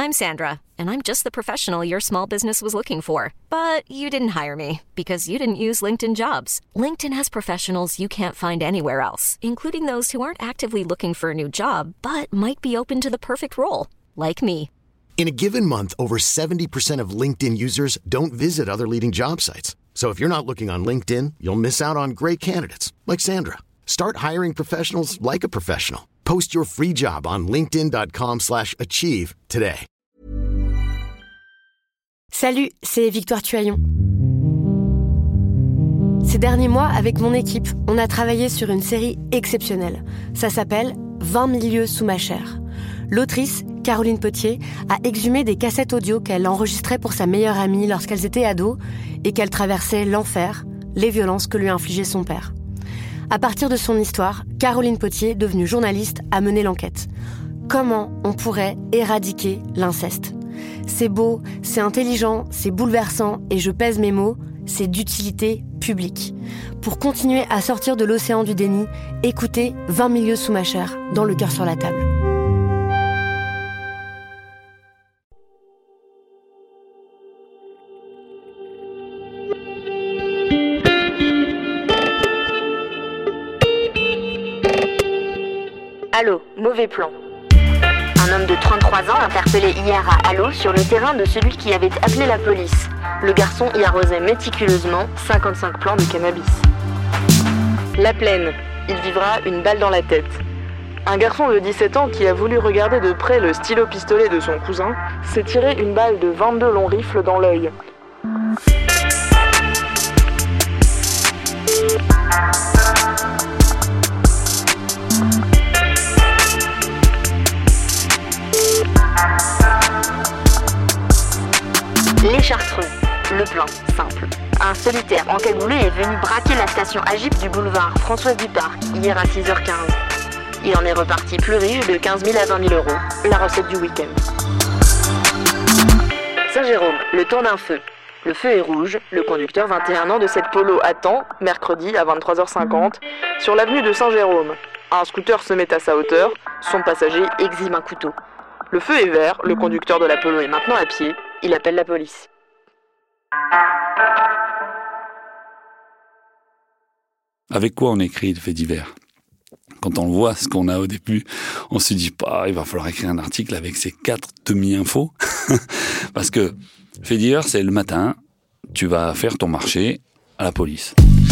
I'm Sandra, and I'm just the professional your small business was looking for. But you didn't hire me, because you didn't use LinkedIn Jobs. LinkedIn has professionals you can't find anywhere else, including those who aren't actively looking for a new job, but might be open to the perfect role, like me. In a given month, over 70% of LinkedIn users don't visit other leading job sites. So if you're not looking on LinkedIn, you'll miss out on great candidates, like Sandra. Start hiring professionals like a professional. Post your free job on linkedin.com/achieve today. Salut, c'est Victoire Tuaillon. Ces derniers mois, avec mon équipe, on a travaillé sur une série exceptionnelle. Ça s'appelle 20 000 lieues sous ma chair. L'autrice, Caroline Potier, a exhumé des cassettes audio qu'elle enregistrait pour sa meilleure amie lorsqu'elles étaient ados et qu'elle traversait l'enfer, les violences que lui infligeait son père. À partir de son histoire, Caroline Potier, devenue journaliste, a mené l'enquête. Comment on pourrait éradiquer l'inceste ? C'est beau, c'est intelligent, c'est bouleversant et je pèse mes mots, c'est d'utilité publique. Pour continuer à sortir de l'océan du déni, écoutez 20 000 lieues sous ma chair, dans Le cœur sur la table. Allô, mauvais plan. Un homme de 33 ans interpellé hier à Allô sur le terrain de celui qui avait appelé la police. Le garçon y arrosait méticuleusement 55 plants de cannabis. La Plaine, il vivra une balle dans la tête. Un garçon de 17 ans qui a voulu regarder de près le stylo-pistolet de son cousin s'est tiré une balle de 22 longs rifles dans l'œil. Les Chartreux, le plan, simple. Un solitaire encagoulé est venu braquer la station Agip du boulevard François Duparc, hier à 6h15. Il en est reparti plus riche de 15 000 à 20 000 euros, la recette du week-end. Saint-Jérôme, le temps d'un feu. Le feu est rouge, le conducteur 21 ans de cette Polo attend, mercredi à 23h50, sur l'avenue de Saint-Jérôme. Un scooter se met à sa hauteur, son passager exhibe un couteau. Le feu est vert, le conducteur de la Polo est maintenant à pied, il appelle la police. Avec quoi on écrit le fait divers ? Quand on le voit, ce qu'on a au début, on se dit pas, il va falloir écrire un article avec ces 4 demi-infos. Parce que fait divers, c'est le matin, tu vas faire ton marché à la police.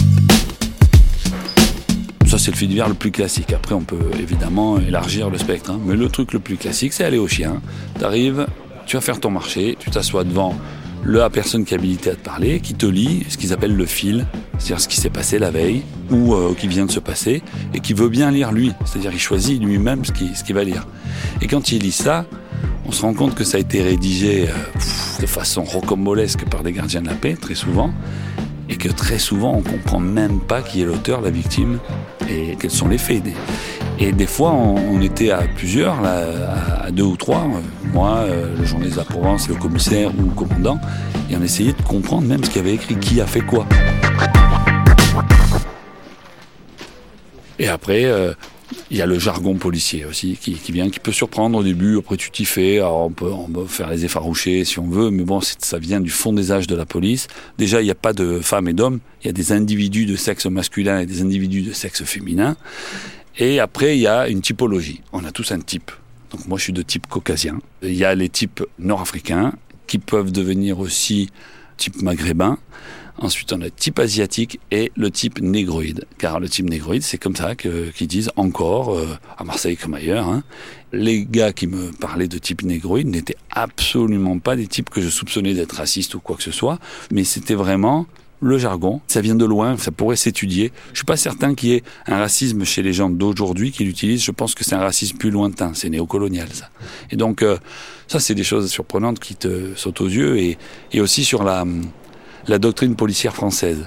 Ça, c'est le fait divers le plus classique. Après, on peut évidemment élargir le spectre. Mais le truc le plus classique, c'est aller au chien. T'arrives, tu vas faire ton marché, tu t'assois devant la personne qui est habilitée à te parler, qui te lit ce qu'ils appellent le fil, c'est-à-dire ce qui s'est passé la veille ou qui vient de se passer, et qui veut bien lire lui, c'est-à-dire il choisit lui-même ce qu'il va lire. Et quand il lit ça, on se rend compte que ça a été rédigé de façon rocambolesque par des gardiens de la paix, très souvent, et que très souvent on comprend même pas qui est l'auteur, la victime, et quels sont les faits. Et des fois, on était à plusieurs, là, à 2 ou 3, moi, le journaliste de la Provence, le commissaire ou le commandant, et on essayait de comprendre même ce qu'il y avait écrit, qui a fait quoi. Et après, il y a le jargon policier aussi, qui vient, qui peut surprendre au début, après tu t'y fais, alors on peut faire les effarouchés si on veut, mais bon, ça vient du fond des âges de la police. Déjà, il n'y a pas de femmes et d'hommes, il y a des individus de sexe masculin et des individus de sexe féminin. Et après, il y a une typologie. On a tous un type. Donc moi, je suis de type caucasien. Il y a les types nord-africains qui peuvent devenir aussi type maghrébin. Ensuite, on a le type asiatique et le type négroïde. Car le type négroïde, c'est comme ça qu'ils disent encore, à Marseille comme ailleurs. Les gars qui me parlaient de type négroïde n'étaient absolument pas des types que je soupçonnais d'être racistes ou quoi que ce soit. Mais c'était vraiment le jargon. Ça vient de loin, ça pourrait s'étudier. Je suis pas certain qu'il y ait un racisme chez les gens d'aujourd'hui qui l'utilisent. Je pense que c'est un racisme plus lointain. C'est néocolonial, ça. Et donc, ça, c'est des choses surprenantes qui te sautent aux yeux. Et aussi sur la doctrine policière française.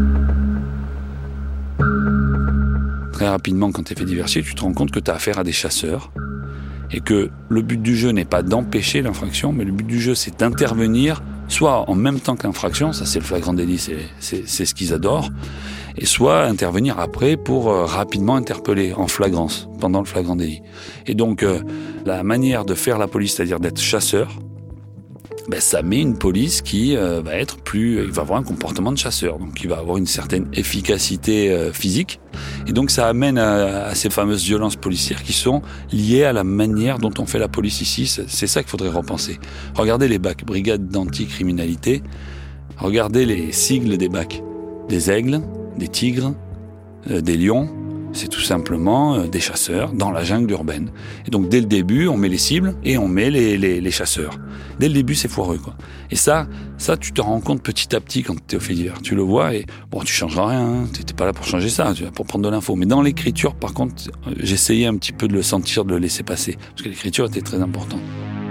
Très rapidement, quand tu es fait diversifier, tu te rends compte que tu as affaire à des chasseurs et que le but du jeu n'est pas d'empêcher l'infraction, mais le but du jeu, c'est d'intervenir soit en même temps que l'infraction, ça c'est le flagrant délit, c'est ce qu'ils adorent, et soit intervenir après pour rapidement interpeller en flagrance, pendant le flagrant délit. Et donc, la manière de faire la police, c'est-à-dire d'être chasseur, ça met une police qui va être il va avoir un comportement de chasseur, donc il va avoir une certaine efficacité physique, et donc ça amène à ces fameuses violences policières qui sont liées à la manière dont on fait la police ici. C'est ça qu'il faudrait repenser. Regardez les BAC, Brigade d'anticriminalité, regardez les sigles des BAC, des aigles, des tigres, des lions. C'est tout simplement des chasseurs dans la jungle urbaine. Et donc dès le début, on met les cibles et on met les chasseurs. Dès le début, c'est foireux, quoi. Et ça, tu te rends compte petit à petit quand tu es au fait divers. Tu le vois et tu changeras rien. Hein. Tu n'es pas là pour changer ça, tu es là pour prendre de l'info. Mais dans l'écriture, par contre, j'essayais un petit peu de le sentir, de le laisser passer. Parce que l'écriture était très importante.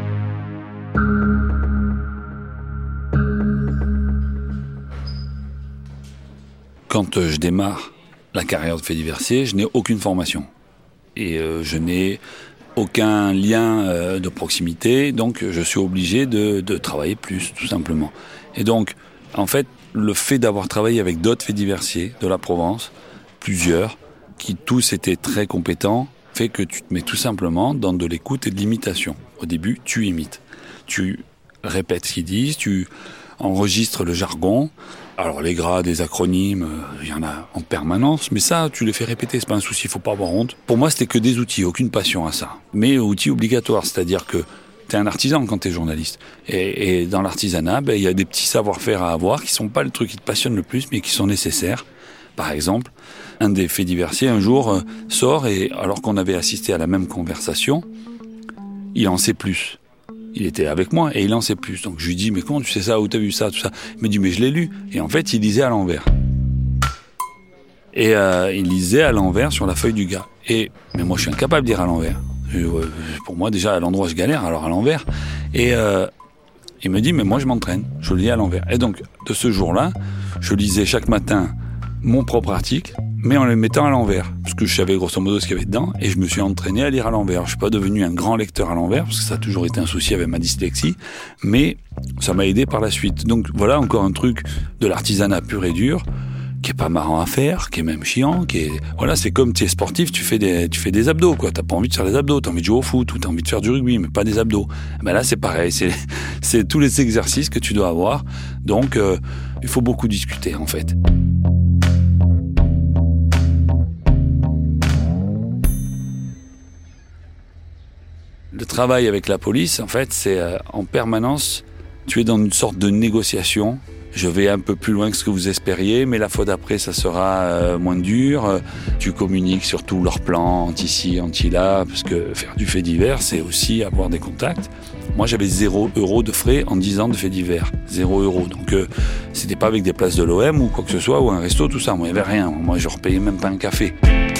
Quand je démarre la carrière de fait diversier, je n'ai aucune formation. Et je n'ai aucun lien de proximité, donc je suis obligé de travailler plus, tout simplement. Et donc, en fait, le fait d'avoir travaillé avec d'autres faits diversiers de la Provence, plusieurs, qui tous étaient très compétents, fait que tu te mets tout simplement dans de l'écoute et de l'imitation. Au début, tu imites. Tu répètes ce qu'ils disent, tu enregistres le jargon. Alors les grades, les acronymes, il y en a en permanence, mais ça, tu les fais répéter, c'est pas un souci, faut pas avoir honte. Pour moi, c'était que des outils, aucune passion à ça. Mais outils obligatoires, c'est-à-dire que t'es un artisan quand t'es journaliste. Et dans l'artisanat, il y a des petits savoir-faire à avoir qui sont pas le truc qui te passionne le plus, mais qui sont nécessaires. Par exemple, un des faits diversiers, un jour, sort et alors qu'on avait assisté à la même conversation, il en sait plus. Il était avec moi et il en sait plus. Donc je lui dis, mais comment tu sais ça, où t'as vu ça, tout ça? Il me dit, mais je l'ai lu. Et en fait, il lisait à l'envers. Et il lisait à l'envers sur la feuille du gars. Mais moi, je suis incapable de lire à l'envers. Pour moi, déjà, à l'endroit, je galère, alors à l'envers. Et il me dit, mais moi, je m'entraîne. Je lis à l'envers. Et donc, de ce jour-là, je lisais chaque matin mon propre article, mais en le mettant à l'envers, parce que je savais grosso modo ce qu'il y avait dedans, et je me suis entraîné à lire à l'envers. Je suis pas devenu un grand lecteur à l'envers, parce que ça a toujours été un souci avec ma dyslexie, mais ça m'a aidé par la suite. Donc voilà encore un truc de l'artisanat pur et dur, qui est pas marrant à faire, qui est même chiant, voilà, c'est comme tu es sportif, tu fais des abdos, quoi. T'as pas envie de faire des abdos, t'as envie de jouer au foot, ou t'as envie de faire du rugby, mais pas des abdos. Là, c'est pareil, c'est tous les exercices que tu dois avoir. Donc, il faut beaucoup discuter, en fait. Le travail avec la police, en fait, c'est en permanence, tu es dans une sorte de négociation. Je vais un peu plus loin que ce que vous espériez, mais la fois d'après, ça sera moins dur. Tu communiques sur tous leurs plans, anti-ci, anti-là, parce que faire du fait divers, c'est aussi avoir des contacts. Moi, j'avais 0 € de frais en 10 ans de fait divers. 0 €. Donc, c'était pas avec des places de l'OM ou quoi que ce soit, ou un resto, tout ça. Moi, il n'y avait rien. Moi, je ne repayais même pas un café.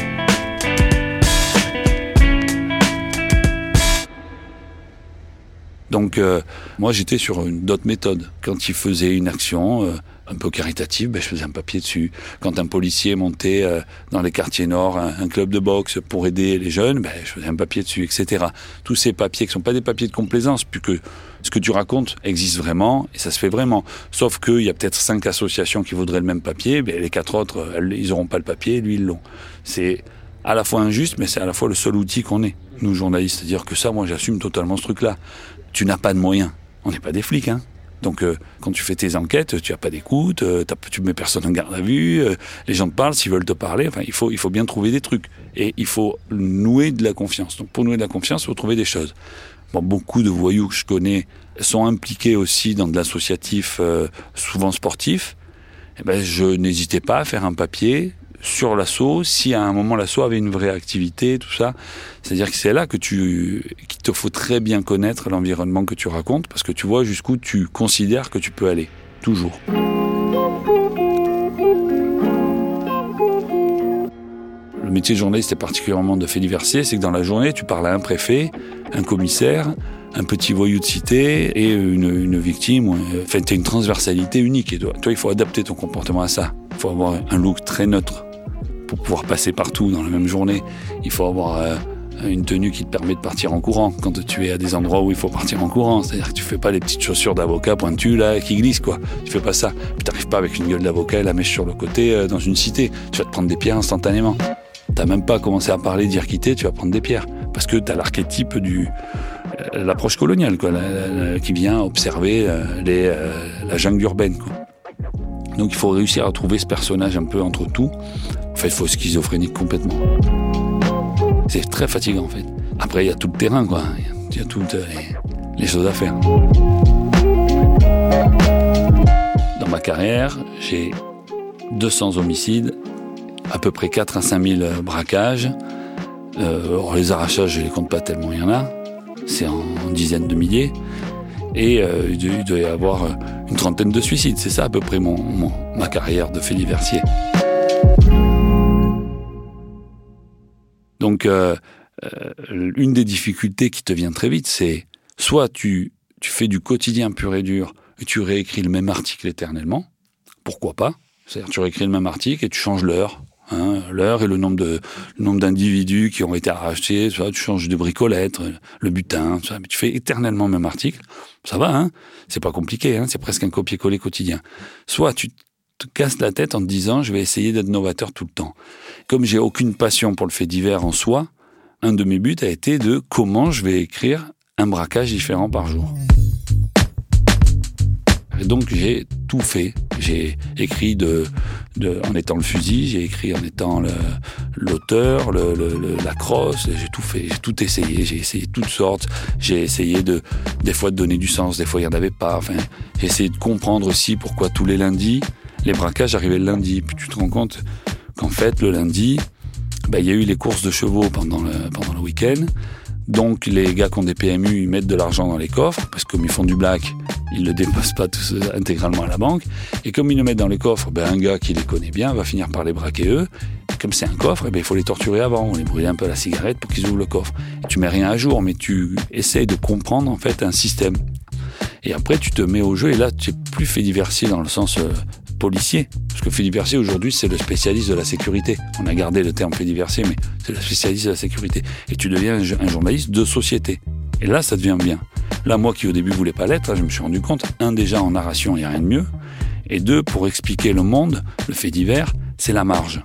Donc, moi, j'étais sur d'autres méthodes. Quand il faisait une action un peu caritative, je faisais un papier dessus. Quand un policier montait dans les quartiers nord un club de boxe pour aider les jeunes, je faisais un papier dessus, etc. Tous ces papiers qui ne sont pas des papiers de complaisance, puisque ce que tu racontes existe vraiment et ça se fait vraiment. Sauf qu'il y a peut-être 5 associations qui voudraient le même papier, les 4 autres, ils n'auront pas le papier, lui, ils l'ont. C'est à la fois injuste, mais c'est à la fois le seul outil qu'on ait, nous, journalistes. C'est-à-dire que ça, moi, j'assume totalement ce truc-là. Tu n'as pas de moyens. On n'est pas des flics, hein. Donc, quand tu fais tes enquêtes, tu n'as pas d'écoute, tu mets personne en garde à vue, les gens te parlent s'ils veulent te parler. Enfin, il faut bien trouver des trucs. Et il faut nouer de la confiance. Donc, pour nouer de la confiance, il faut trouver des choses. Bon, beaucoup de voyous que je connais sont impliqués aussi dans de l'associatif, souvent sportif. Je n'hésitais pas à faire un papier sur l'asso, si à un moment l'asso avait une vraie activité, tout ça. C'est-à-dire que c'est là qu'il te faut très bien connaître l'environnement que tu racontes, parce que tu vois jusqu'où tu considères que tu peux aller. Toujours. Le métier de journaliste est particulièrement de fait diversier, c'est que dans la journée, tu parles à un préfet, un commissaire, un petit voyou de cité et une victime. Enfin, tu as une transversalité unique. Et toi, il faut adapter ton comportement à ça. Il faut avoir un look très neutre pour pouvoir passer partout dans la même journée. Il faut avoir une tenue qui te permet de partir en courant quand tu es à des endroits où il faut partir en courant. C'est-à-dire que tu fais pas les petites chaussures d'avocat pointues là qui glissent quoi. Tu fais pas ça. Puis t'arrives pas avec une gueule d'avocat et la mèche sur le côté dans une cité. Tu vas te prendre des pierres instantanément. T'as même pas commencé à parler, dire quitter, tu vas prendre des pierres parce que t'as l'archétype l'approche coloniale quoi, qui vient observer la jungle urbaine quoi. Donc il faut réussir à trouver ce personnage un peu entre tout. Enfin, il faut schizophrénique complètement. C'est très fatigant en fait. Après, il y a tout le terrain quoi. Il y a toutes les choses à faire. Dans ma carrière, j'ai 200 homicides, à peu près 4 à 5 000 braquages. Alors, les arrachages, je les compte pas tellement il y en a. C'est en dizaines de milliers. Et il doit y avoir une trentaine de suicides. C'est ça à peu près ma carrière de fait diversier. Donc, une des difficultés qui te vient très vite, c'est soit tu fais du quotidien pur et dur et tu réécris le même article éternellement. Pourquoi pas ? C'est-à-dire tu réécris le même article et tu changes l'heure. L'heure et le nombre d'individus qui ont été arrachés, tu changes de bricolette, le butin, mais tu fais éternellement le même article. Ça va, c'est pas compliqué, c'est presque un copier-coller quotidien. Soit tu te casses la tête en te disant je vais essayer d'être novateur tout le temps. Comme j'ai aucune passion pour le fait divers en soi, un de mes buts a été de comment je vais écrire un braquage différent par jour. Et donc j'ai tout fait. J'ai écrit en étant le fusil, j'ai écrit en étant l'auteur, la crosse, j'ai tout fait, j'ai tout essayé, j'ai essayé toutes sortes, j'ai essayé des fois de donner du sens, des fois il n'y en avait pas, enfin, j'ai essayé de comprendre aussi pourquoi tous les lundis, les braquages arrivaient le lundi, puis tu te rends compte qu'en fait le lundi, il y a eu les courses de chevaux pendant le week-end. Donc les gars qui ont des PMU, ils mettent de l'argent dans les coffres, parce que comme ils font du black, ils ne le déposent pas tous intégralement à la banque. Et comme ils le mettent dans les coffres, un gars qui les connaît bien va finir par les braquer eux. Et comme c'est un coffre, il faut les torturer avant, on les brûler un peu à la cigarette pour qu'ils ouvrent le coffre. Et tu mets rien à jour, mais tu essayes de comprendre en fait un système. Et après tu te mets au jeu, et là tu n'es plus fait diversier dans le sens policier. Parce que fait diversier aujourd'hui, c'est le spécialiste de la sécurité. On a gardé le terme fait diversier, mais c'est le spécialiste de la sécurité. Et tu deviens un journaliste de société. Et là, ça devient bien. Là, moi qui au début voulais pas l'être, je me suis rendu compte, déjà en narration, il n'y a rien de mieux. Et 2, pour expliquer le monde, le fait divers, c'est la marge.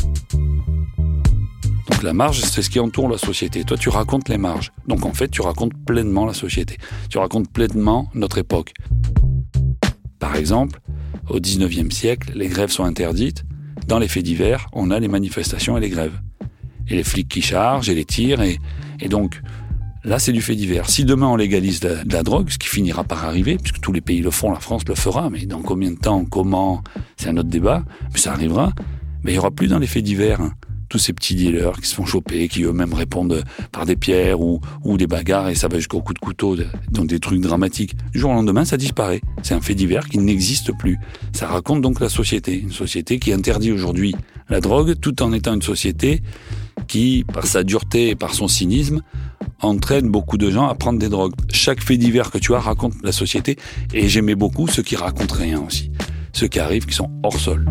Donc la marge, c'est ce qui entoure la société. Toi, tu racontes les marges. Donc en fait, tu racontes pleinement la société. Tu racontes pleinement notre époque. Par exemple, au 19e siècle, les grèves sont interdites. Dans les faits divers, on a les manifestations et les grèves. Et les flics qui chargent et les tirent. Et donc, là, c'est du fait divers. Si demain on légalise de la drogue, ce qui finira par arriver, puisque tous les pays le font, la France le fera, mais dans combien de temps, comment, c'est un autre débat, mais ça arrivera, il n'y aura plus dans les faits divers tous ces petits dealers qui se font choper, qui eux-mêmes répondent par des pierres ou des bagarres, et ça va jusqu'au coup de couteau, donc des trucs dramatiques. Du jour au lendemain, ça disparaît. C'est un fait divers qui n'existe plus. Ça raconte donc la société. Une société qui interdit aujourd'hui la drogue, tout en étant une société qui, par sa dureté et par son cynisme, entraîne beaucoup de gens à prendre des drogues. Chaque fait divers que tu as raconte la société, et j'aimais beaucoup ceux qui racontent rien aussi. Ceux qui arrivent, qui sont hors sol.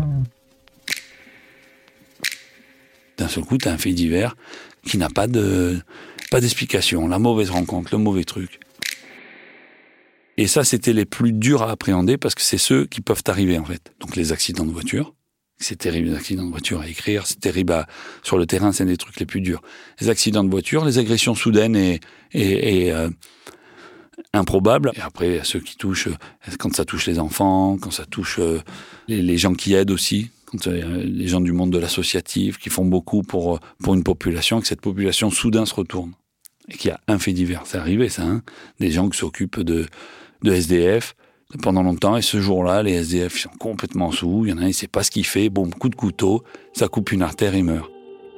D'un seul coup, tu as un fait divers qui n'a pas d'explication. La mauvaise rencontre, le mauvais truc. Et ça, c'était les plus durs à appréhender parce que c'est ceux qui peuvent arriver, en fait. Donc les accidents de voiture. C'est terrible, les accidents de voiture à écrire. C'est terrible sur le terrain, c'est des trucs les plus durs. Les accidents de voiture, les agressions soudaines et improbables. Et après, ceux qui touchent, quand ça touche les enfants, quand ça touche les gens qui aident aussi. Les gens du monde de l'associatif qui font beaucoup pour une population, que cette population soudain se retourne. Et qu'il y a un fait divers. C'est arrivé ça, des gens qui s'occupent de SDF pendant longtemps, et ce jour-là, les SDF sont complètement sous, il y en a un, il ne sait pas ce qu'il fait, bon, coup de couteau, ça coupe une artère, il meurt.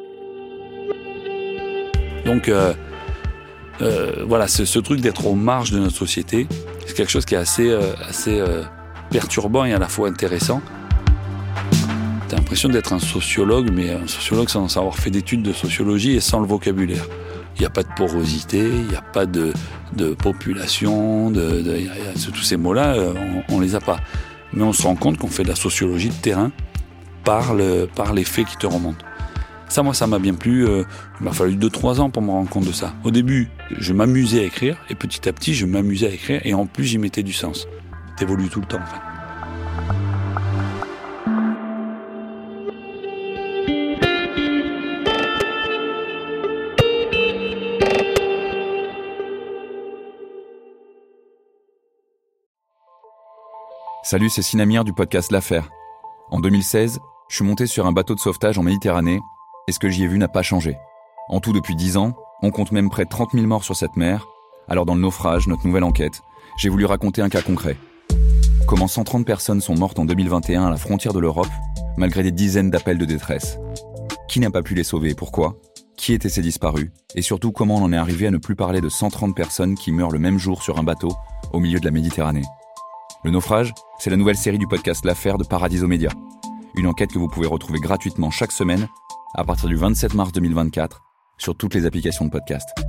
Donc, voilà, ce truc d'être aux marges de notre société, c'est quelque chose qui est assez perturbant et à la fois intéressant. T'as l'impression d'être un sociologue, mais un sociologue sans avoir fait d'études de sociologie et sans le vocabulaire. Il n'y a pas de porosité, il n'y a pas de population, tous ces mots-là, on les a pas. Mais on se rend compte qu'on fait de la sociologie de terrain par les faits qui te remontent. Ça, moi, ça m'a bien plu. Il m'a fallu 2-3 ans pour me rendre compte de ça. Au début, je m'amusais à écrire, et petit à petit, je m'amusais à écrire, et en plus, j'y mettais du sens. T'évolues tout le temps, en fait. Salut, c'est Sinamir du podcast L'Affaire. En 2016, je suis monté sur un bateau de sauvetage en Méditerranée et ce que j'y ai vu n'a pas changé. En tout, depuis 10 ans, on compte même près de 30 000 morts sur cette mer. Alors dans le naufrage, notre nouvelle enquête, j'ai voulu raconter un cas concret. Comment 130 personnes sont mortes en 2021 à la frontière de l'Europe, malgré des dizaines d'appels de détresse. Qui n'a pas pu les sauver et pourquoi ? Qui étaient ces disparus ? Et surtout, comment on en est arrivé à ne plus parler de 130 personnes qui meurent le même jour sur un bateau au milieu de la Méditerranée ? Le naufrage, c'est la nouvelle série du podcast L'Affaire de Paradiso Media. Une enquête que vous pouvez retrouver gratuitement chaque semaine à partir du 27 mars 2024 sur toutes les applications de podcast.